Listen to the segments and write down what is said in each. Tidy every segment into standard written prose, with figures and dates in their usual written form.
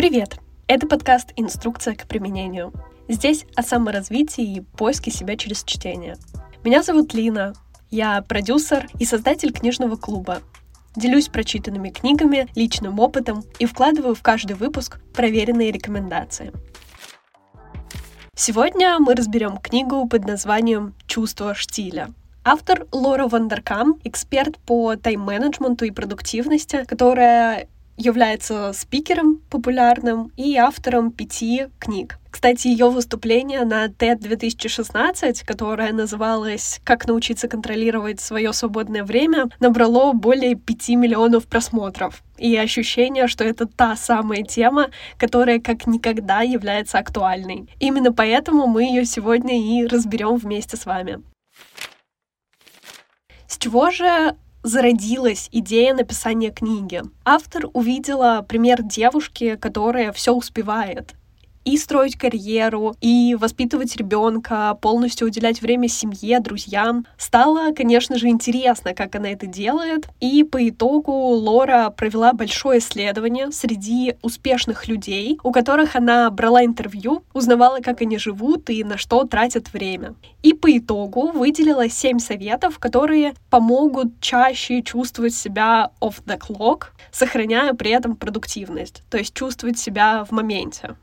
Привет! Это подкаст «Инструкция к применению». Здесь о саморазвитии и поиске себя через чтение. Меня зовут Лина, я продюсер и создатель книжного клуба. Делюсь прочитанными книгами, личным опытом и вкладываю в каждый выпуск проверенные рекомендации. Сегодня мы разберем книгу под названием «Чувство штиля». Автор Лора Вандеркам, эксперт по тайм-менеджменту и продуктивности, которая является спикером популярным и автором 5 книг. Кстати, ее выступление на TED 2016, которое называлось «Как научиться контролировать свое свободное время», набрало более 5 миллионов просмотров. И ощущение, что это та самая тема, которая как никогда является актуальной. Именно поэтому мы ее сегодня и разберем вместе с вами. С чего же зародилась идея написания книги? Автор увидела пример девушки, которая все успевает. И строить карьеру, и воспитывать ребенка, полностью уделять время семье, друзьям. Стало, конечно же, интересно, как она это делает. И по итогу Лора провела большое исследование среди успешных людей, у которых она брала интервью, узнавала, как они живут и на что тратят время. И по итогу выделила 7 советов, которые помогут чаще чувствовать себя off the clock, сохраняя при этом продуктивность, то есть чувствовать себя в моменте.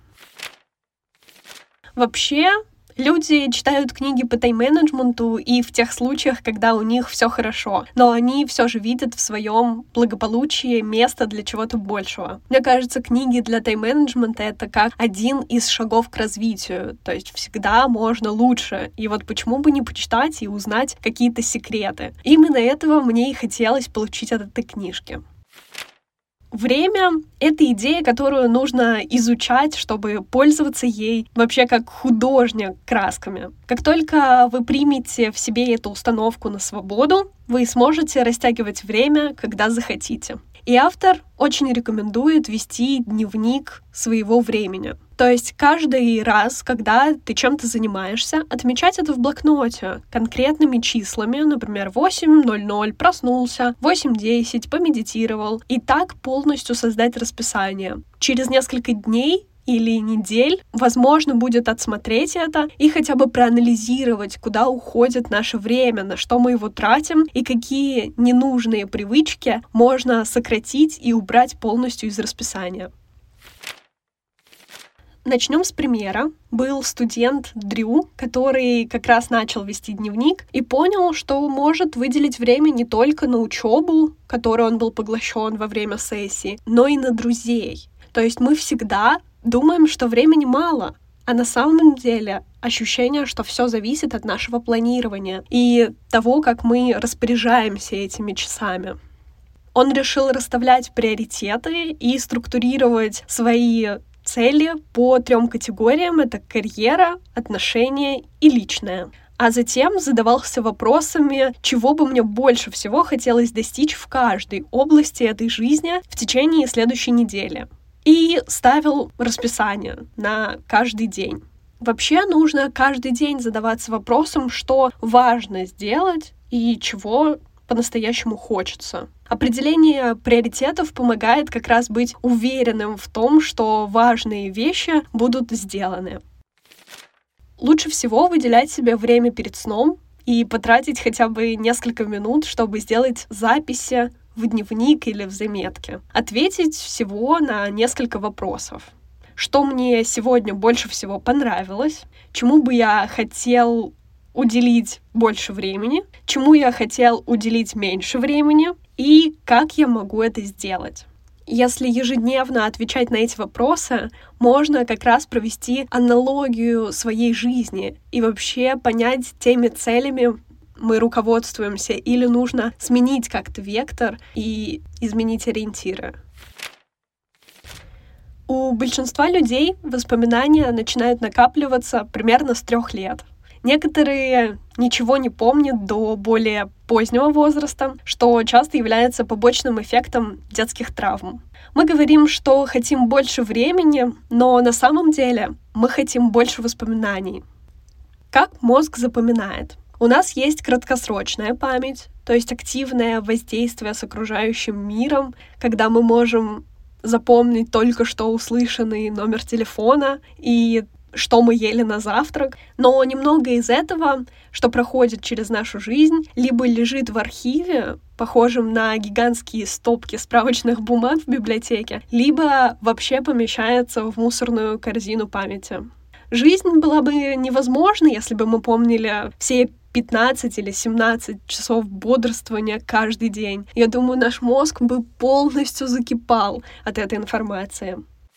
Вообще, люди читают книги по тайм-менеджменту и в тех случаях, когда у них все хорошо, но они все же видят в своем благополучии место для чего-то большего. Мне кажется, книги для тайм-менеджмента — это как один из шагов к развитию, то есть всегда можно лучше. И вот почему бы не почитать и узнать какие-то секреты? Именно этого мне и хотелось получить от этой книжки. Время — это идея, которую нужно изучать, чтобы пользоваться ей вообще как художник красками. Как только вы примете в себе эту установку на свободу, вы сможете растягивать время, когда захотите. И автор очень рекомендует вести дневник своего времени. То есть каждый раз, когда ты чем-то занимаешься, отмечать это в блокноте конкретными числами, например, 8:00 проснулся, 8:10 помедитировал, и так полностью создать расписание. Через несколько дней или недель возможно будет отсмотреть это и хотя бы проанализировать, куда уходит наше время, на что мы его тратим и какие ненужные привычки можно сократить и убрать полностью из расписания. Начнем с примера. Был студент Дрю, который как раз начал вести дневник и понял, что может выделить время не только на учебу, которой он был поглощен во время сессии, но и на друзей. То есть мы всегда думаем, что времени мало, а на самом деле ощущение, что все зависит от нашего планирования и того, как мы распоряжаемся этими часами. Он решил расставлять приоритеты и структурировать свои цели по 3 категориям. Это карьера, отношения и личное. А затем задавался вопросами, чего бы мне больше всего хотелось достичь в каждой области этой жизни в течение следующей недели. И ставил расписание на каждый день. Вообще нужно каждый день задаваться вопросом, что важно сделать и чего по-настоящему хочется. Определение приоритетов помогает как раз быть уверенным в том, что важные вещи будут сделаны. Лучше всего выделять себе время перед сном и потратить хотя бы несколько минут, чтобы сделать записи в дневник или в заметки. Ответить всего на несколько вопросов. Что мне сегодня больше всего понравилось? Чему бы я хотел уделить больше времени? Чему я хотел уделить меньше времени? И как я могу это сделать? Если ежедневно отвечать на эти вопросы, можно как раз провести аналогию своей жизни и вообще понять, теми целями мы руководствуемся или нужно сменить как-то вектор и изменить ориентиры. У большинства людей воспоминания начинают накапливаться примерно с 3 лет. Некоторые ничего не помнят до более позднего возраста, что часто является побочным эффектом детских травм. Мы говорим, что хотим больше времени, но на самом деле мы хотим больше воспоминаний. Как мозг запоминает? У нас есть краткосрочная память, то есть активное воздействие с окружающим миром, когда мы можем запомнить только что услышанный номер телефона и что мы ели на завтрак, но немного из этого, что проходит через нашу жизнь, либо лежит в архиве, похожем на гигантские стопки справочных бумаг в библиотеке, либо вообще помещается в мусорную корзину памяти. Жизнь была бы невозможна, если бы мы помнили все 15 или 17 часов бодрствования каждый день. Я думаю, наш мозг бы полностью закипал от этой информации.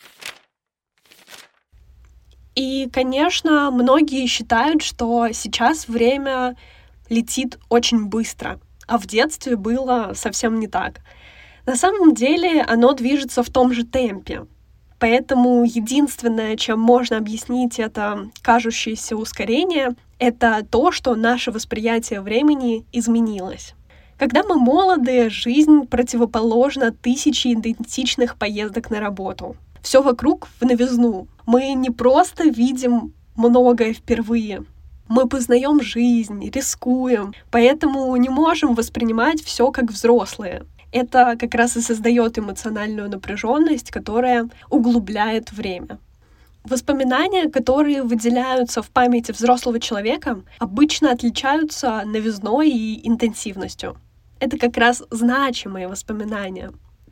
И, конечно, многие считают, что сейчас время летит очень быстро, а в детстве было совсем не так. На самом деле оно движется в том же темпе. Поэтому единственное, чем можно объяснить это кажущееся ускорение, это то, что наше восприятие времени изменилось. Когда мы молоды, жизнь противоположна тысяче идентичных поездок на работу. Все вокруг в новизну. Мы не просто видим многое впервые. Мы познаем жизнь, рискуем, поэтому не можем воспринимать все как взрослые. Это как раз и создает эмоциональную напряженность, которая углубляет время. Воспоминания, которые выделяются в памяти взрослого человека, обычно отличаются новизной и интенсивностью. Это как раз значимые воспоминания.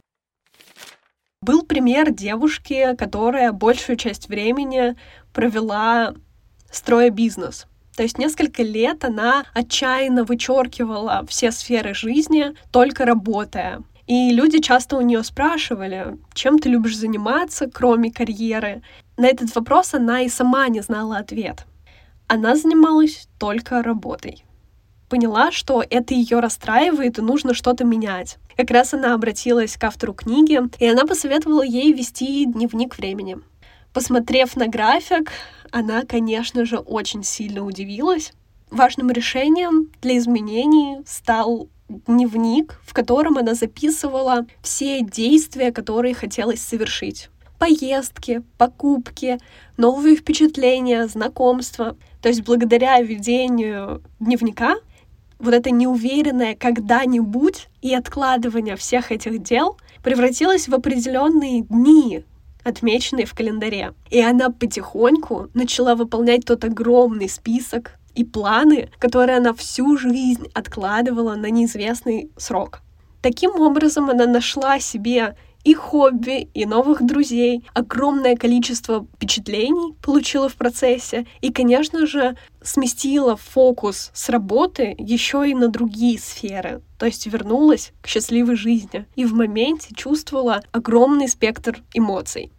Был пример девушки, которая большую часть времени провела строя бизнес. То есть несколько лет она отчаянно вычеркивала все сферы жизни, только работая. И люди часто у нее спрашивали, чем ты любишь заниматься, кроме карьеры. На этот вопрос она и сама не знала ответ. Она занималась только работой. Поняла, что это ее расстраивает и нужно что-то менять. Как раз она обратилась к автору книги, и она посоветовала ей вести дневник времени. Посмотрев на график, она, конечно же, очень сильно удивилась. Важным решением для изменений стал дневник, в котором она записывала все действия, которые хотелось совершить. Поездки, покупки, новые впечатления, знакомства. То есть благодаря ведению дневника вот это неуверенное когда-нибудь и откладывание всех этих дел превратилось в определенные дни, отмеченные в календаре. И она потихоньку начала выполнять тот огромный список и планы, которые она всю жизнь откладывала на неизвестный срок. Таким образом, она нашла себе и хобби, и новых друзей, огромное количество впечатлений получила в процессе, и, конечно же, сместила фокус с работы еще и на другие сферы, то есть вернулась к счастливой жизни и в моменте чувствовала огромный спектр эмоций.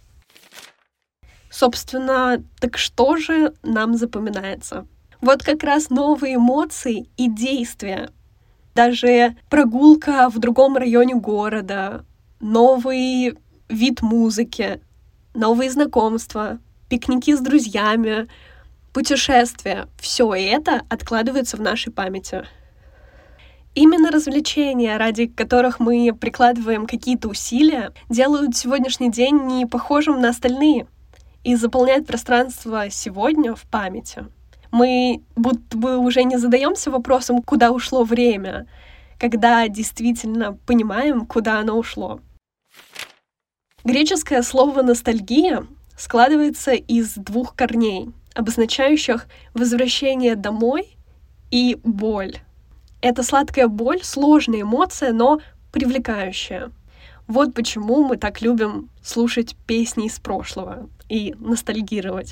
Собственно, так что же нам запоминается? Вот как раз новые эмоции и действия. Даже прогулка в другом районе города, новый вид музыки, новые знакомства, пикники с друзьями, путешествия. Все это откладывается в нашей памяти. Именно развлечения, ради которых мы прикладываем какие-то усилия, делают сегодняшний день не похожим на остальные и заполняют пространство сегодня в памяти. Мы будто бы уже не задаемся вопросом, куда ушло время, когда действительно понимаем, куда оно ушло. Греческое слово «ностальгия» складывается из двух корней, обозначающих возвращение домой и боль. Эта сладкая боль — сложная эмоция, но привлекающая. Вот почему мы так любим слушать песни из прошлого и ностальгировать.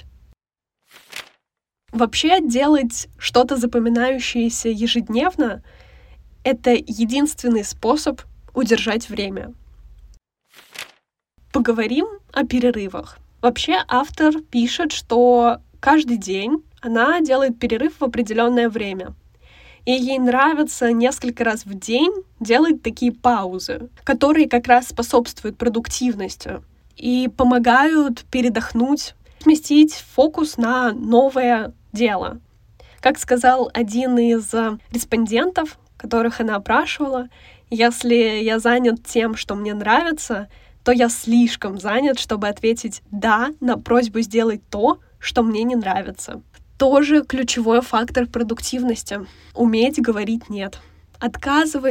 Вообще, делать что-то запоминающееся ежедневно — это единственный способ удержать время. Поговорим о перерывах. Вообще, автор пишет, что каждый день она делает перерыв в определенное время. И ей нравится несколько раз в день делать такие паузы, которые как раз способствуют продуктивности и помогают передохнуть, сместить фокус на новое дело. Как сказал один из респондентов, которых она опрашивала, если я занят тем, что мне нравится, то я слишком занят, чтобы ответить «да» на просьбу сделать то, что мне не нравится. Тоже ключевой фактор продуктивности — уметь говорить «нет». Отказывать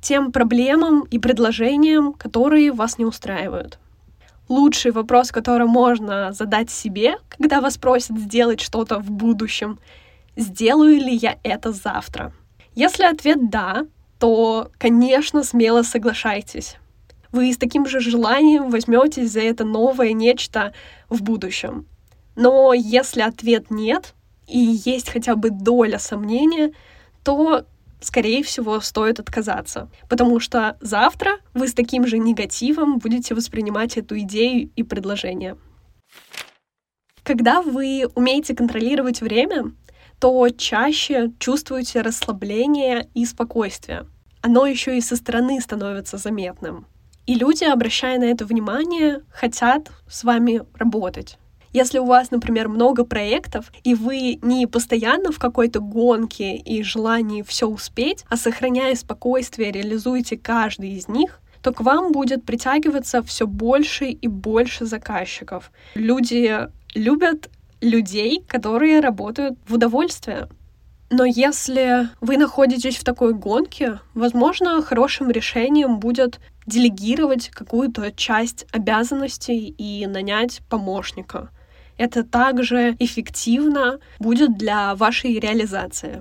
тем проблемам и предложениям, которые вас не устраивают. Лучший вопрос, который можно задать себе, когда вас просят сделать что-то в будущем: сделаю ли я это завтра? Если ответ «да», то, конечно, смело соглашайтесь. Вы с таким же желанием возьметесь за это новое нечто в будущем. Но если ответ «нет» и есть хотя бы доля сомнения, то, скорее всего, стоит отказаться. Потому что завтра вы с таким же негативом будете воспринимать эту идею и предложение. Когда вы умеете контролировать время, то чаще чувствуете расслабление и спокойствие. Оно еще и со стороны становится заметным. И люди, обращая на это внимание, хотят с вами работать. Если у вас, например, много проектов, и вы не постоянно в какой-то гонке и желании все успеть, а сохраняя спокойствие, реализуете каждый из них, то к вам будет притягиваться все больше и больше заказчиков. Люди любят людей, которые работают в удовольствие. Но если вы находитесь в такой гонке, возможно, хорошим решением будет делегировать какую-то часть обязанностей и нанять помощника. Это также эффективно будет для вашей реализации.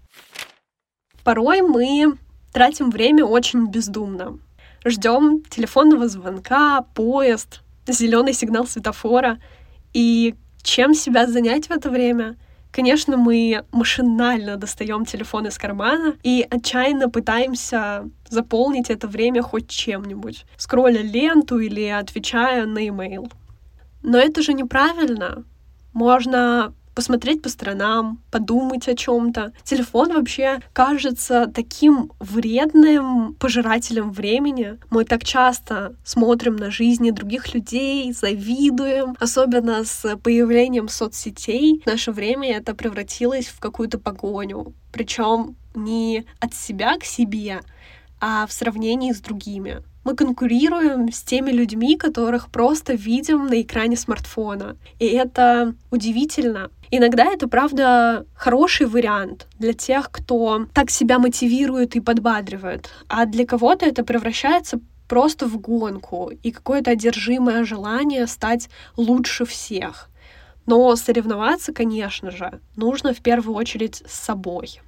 Порой мы тратим время очень бездумно. Ждем телефонного звонка, поезд, зеленый сигнал светофора. И чем себя занять в это время? Конечно, мы машинально достаем телефон из кармана и отчаянно пытаемся заполнить это время хоть чем-нибудь, скролля ленту или отвечая на имейл. Но это же неправильно. Можно посмотреть по сторонам, подумать о чем-то. Телефон вообще кажется таким вредным пожирателем времени. Мы так часто смотрим на жизни других людей, завидуем. Особенно с появлением соцсетей в наше время это превратилось в какую-то погоню. Причем не от себя к себе, а в сравнении с другими. Мы конкурируем с теми людьми, которых просто видим на экране смартфона. И это удивительно. Иногда это, правда, хороший вариант для тех, кто так себя мотивирует и подбадривает. А для кого-то это превращается просто в гонку и какое-то одержимое желание стать лучше всех. Но соревноваться, конечно же, нужно в первую очередь с собой.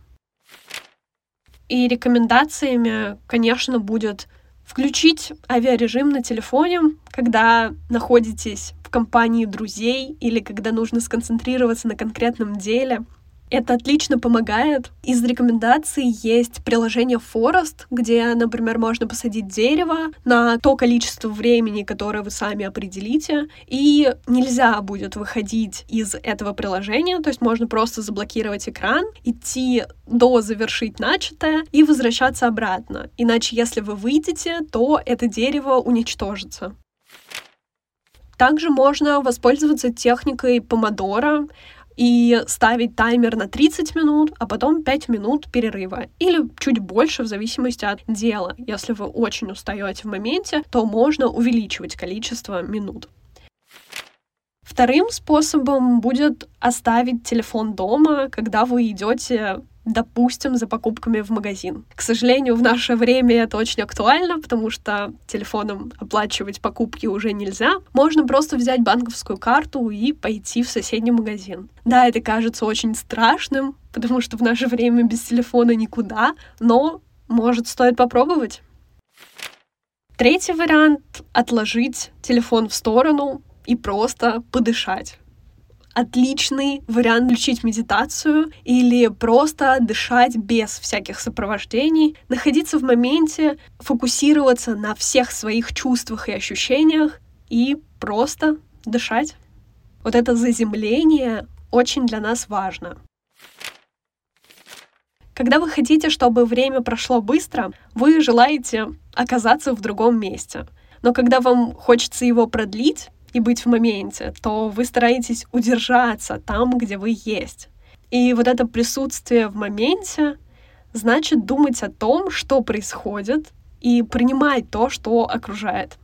И рекомендациями, конечно, будет включить авиарежим на телефоне, когда находитесь в компании друзей или когда нужно сконцентрироваться на конкретном деле. Это отлично помогает. Из рекомендаций есть приложение Forest, где, например, можно посадить дерево на то количество времени, которое вы сами определите, и нельзя будет выходить из этого приложения, то есть можно просто заблокировать экран, идти до завершить начатое и возвращаться обратно. Иначе, если вы выйдете, то это дерево уничтожится. Также можно воспользоваться техникой помодоро и ставить таймер на 30 минут, а потом 5 минут перерыва. Или чуть больше, в зависимости от дела. Если вы очень устаете в моменте, то можно увеличивать количество минут. Вторым способом будет оставить телефон дома, когда вы идете, допустим, за покупками в магазин. К сожалению, в наше время это очень актуально, потому что телефоном оплачивать покупки уже нельзя. Можно просто взять банковскую карту и пойти в соседний магазин. Да, это кажется очень страшным, потому что в наше время без телефона никуда, но, может, стоит попробовать. Третий вариант — отложить телефон в сторону и просто подышать. Отличный вариант включить медитацию или просто дышать без всяких сопровождений, находиться в моменте, фокусироваться на всех своих чувствах и ощущениях и просто дышать. Вот это заземление очень для нас важно. Когда вы хотите, чтобы время прошло быстро, вы желаете оказаться в другом месте. Но когда вам хочется его продлить и быть в моменте, то вы стараетесь удержаться там, где вы есть. И вот это присутствие в моменте значит думать о том, что происходит, и принимать то, что окружает.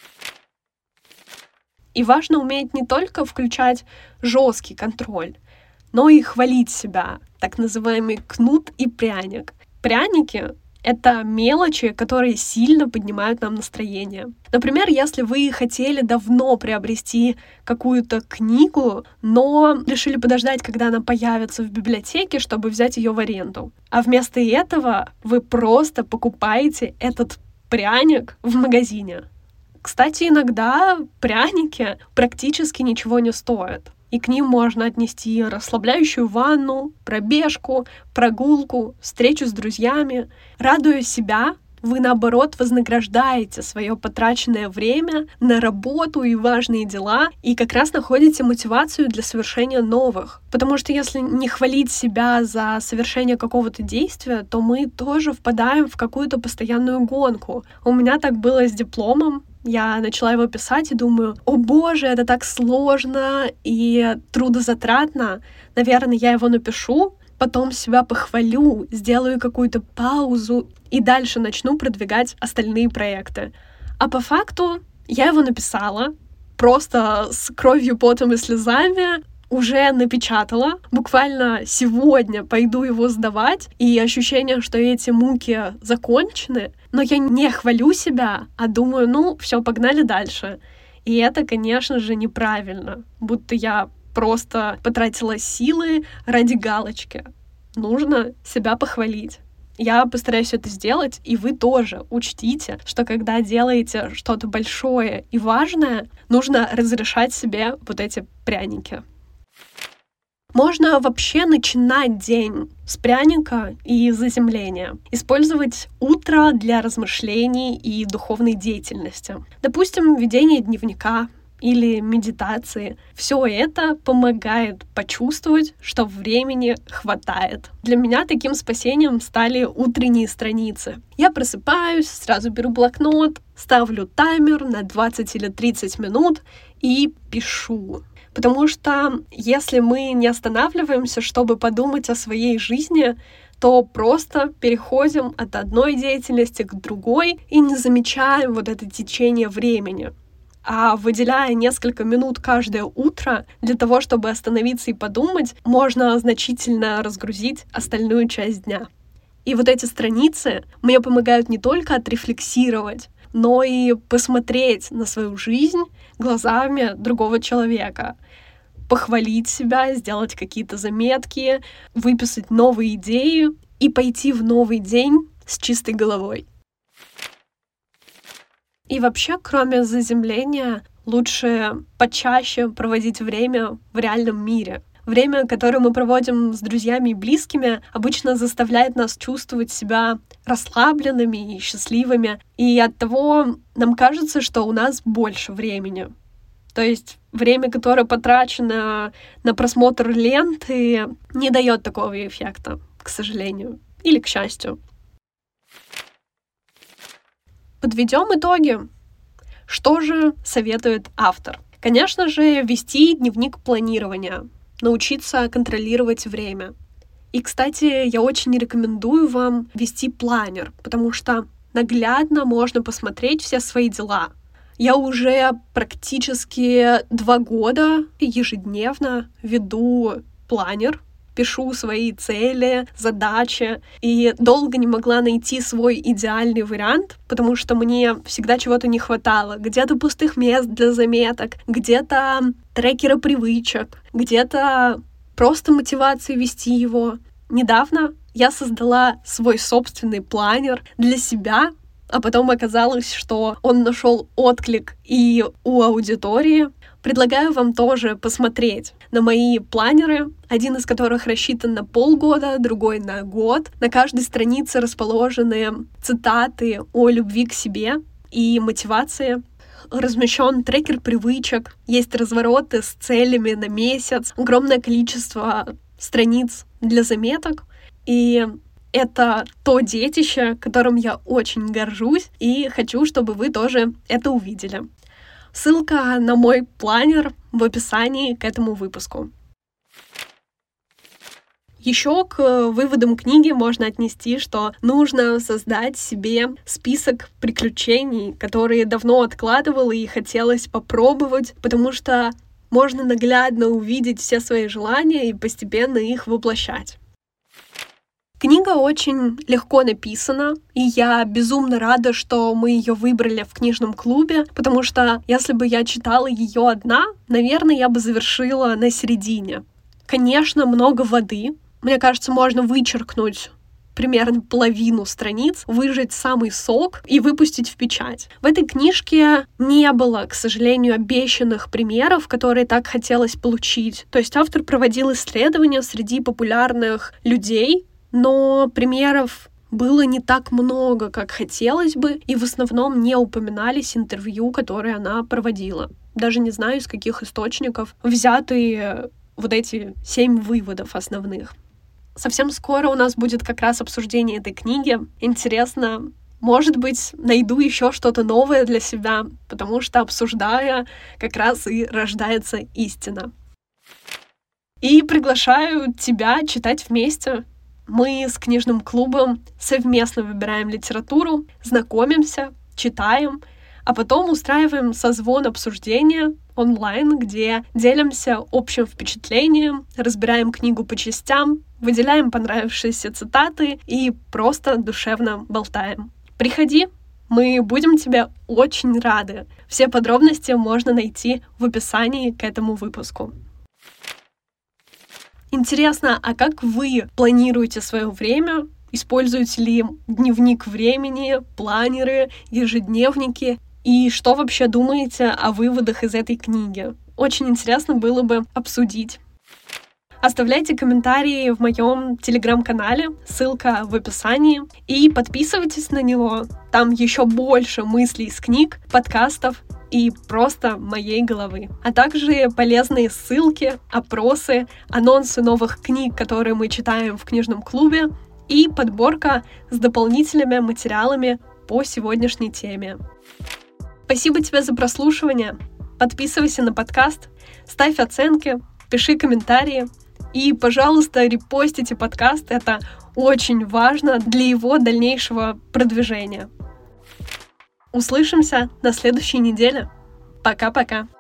И важно уметь не только включать жесткий контроль, но и хвалить себя, так называемый кнут и пряник. Пряники Это мелочи, которые сильно поднимают нам настроение. Например, если вы хотели давно приобрести какую-то книгу, но решили подождать, когда она появится в библиотеке, чтобы взять ее в аренду. А вместо этого вы просто покупаете этот пряник в магазине. Кстати, иногда пряники практически ничего не стоят. И к ним можно отнести расслабляющую ванну, пробежку, прогулку, встречу с друзьями. Радуя себя, вы, наоборот, вознаграждаете свое потраченное время на работу и важные дела, и как раз находите мотивацию для совершения новых. Потому что если не хвалить себя за совершение какого-то действия, то мы тоже впадаем в какую-то постоянную гонку. У меня так было с дипломом. Я начала его писать и думаю, о боже, это так сложно и трудозатратно. Наверное, я его напишу, потом себя похвалю, сделаю какую-то паузу и дальше начну продвигать остальные проекты. А по факту я его написала, просто с кровью, потом и слезами, уже напечатала. Буквально сегодня пойду его сдавать, и ощущение, что эти муки закончены, но я не хвалю себя, а думаю, все, погнали дальше. И это, конечно же, неправильно, будто я просто потратила силы ради галочки. Нужно себя похвалить. Я постараюсь это сделать, и вы тоже учтите, что когда делаете что-то большое и важное, нужно разрешать себе вот эти пряники. Можно вообще начинать день с пряника и заземления. Использовать утро для размышлений и духовной деятельности. Допустим, ведение дневника или медитации. Все это помогает почувствовать, что времени хватает. Для меня таким спасением стали утренние страницы. Я просыпаюсь, сразу беру блокнот, ставлю таймер на 20 или 30 минут и пишу. Потому что если мы не останавливаемся, чтобы подумать о своей жизни, то просто переходим от одной деятельности к другой и не замечаем вот это течение времени. А выделяя несколько минут каждое утро для того, чтобы остановиться и подумать, можно значительно разгрузить остальную часть дня. И вот эти страницы мне помогают не только отрефлексировать, но и посмотреть на свою жизнь глазами другого человека, похвалить себя, сделать какие-то заметки, выписать новые идеи и пойти в новый день с чистой головой. И вообще, кроме заземления, лучше почаще проводить время в реальном мире. Время, которое мы проводим с друзьями и близкими, обычно заставляет нас чувствовать себя расслабленными и счастливыми. И оттого нам кажется, что у нас больше времени. То есть время, которое потрачено на просмотр ленты, не дает такого эффекта, к сожалению, или к счастью. Подведем итоги. Что же советует автор? Конечно же, вести дневник планирования, научиться контролировать время. И, кстати, я очень рекомендую вам вести планер, потому что наглядно можно посмотреть все свои дела. Я уже практически 2 года ежедневно веду планер, пишу свои цели, задачи, и долго не могла найти свой идеальный вариант, потому что мне всегда чего-то не хватало. Где-то пустых мест для заметок, где-то трекера привычек, где-то просто мотивации вести его. Недавно я создала свой собственный планер для себя, а потом оказалось, что он нашел отклик и у аудитории. Предлагаю вам тоже посмотреть на мои планеры, один из которых рассчитан на полгода, другой на год. На каждой странице расположены цитаты о любви к себе и мотивации. Размещен трекер привычек, есть развороты с целями на месяц, огромное количество страниц для заметок. И это то детище, которым я очень горжусь, и хочу, чтобы вы тоже это увидели. Ссылка на мой планер в описании к этому выпуску. Еще к выводам книги можно отнести, что нужно создать себе список приключений, которые давно откладывала и хотелось попробовать, потому что можно наглядно увидеть все свои желания и постепенно их воплощать. Книга очень легко написана, и я безумно рада, что мы ее выбрали в книжном клубе, потому что если бы я читала ее одна, наверное, я бы завершила на середине. Конечно, много воды. Мне кажется, можно вычеркнуть примерно половину страниц, выжать самый сок и выпустить в печать. В этой книжке не было, к сожалению, обещанных примеров, которые так хотелось получить. То есть автор проводил исследования среди популярных людей, но примеров было не так много, как хотелось бы, и в основном не упоминались интервью, которые она проводила. Даже не знаю, из каких источников взяты вот эти 7 выводов основных. Совсем скоро у нас будет как раз обсуждение этой книги. Интересно, может быть, найду еще что-то новое для себя, потому что, обсуждая, как раз и рождается истина. И приглашаю тебя читать вместе. Мы с книжным клубом совместно выбираем литературу, знакомимся, читаем, а потом устраиваем созвон обсуждения онлайн, где делимся общим впечатлением, разбираем книгу по частям, выделяем понравившиеся цитаты и просто душевно болтаем. Приходи, мы будем тебе очень рады. Все подробности можно найти в описании к этому выпуску. Интересно, а как вы планируете свое время? Используете ли дневник времени, планеры, ежедневники? И что вообще думаете о выводах из этой книги? Очень интересно было бы обсудить. Оставляйте комментарии в моем телеграм-канале, ссылка в описании, и подписывайтесь на него. Там еще больше мыслей из книг, подкастов и просто моей головы. А также полезные ссылки, опросы, анонсы новых книг, которые мы читаем в книжном клубе, и подборка с дополнительными материалами по сегодняшней теме. Спасибо тебе за прослушивание. Подписывайся на подкаст, ставь оценки, пиши комментарии и, пожалуйста, репостите подкаст. Это очень важно для его дальнейшего продвижения. Услышимся на следующей неделе. Пока-пока.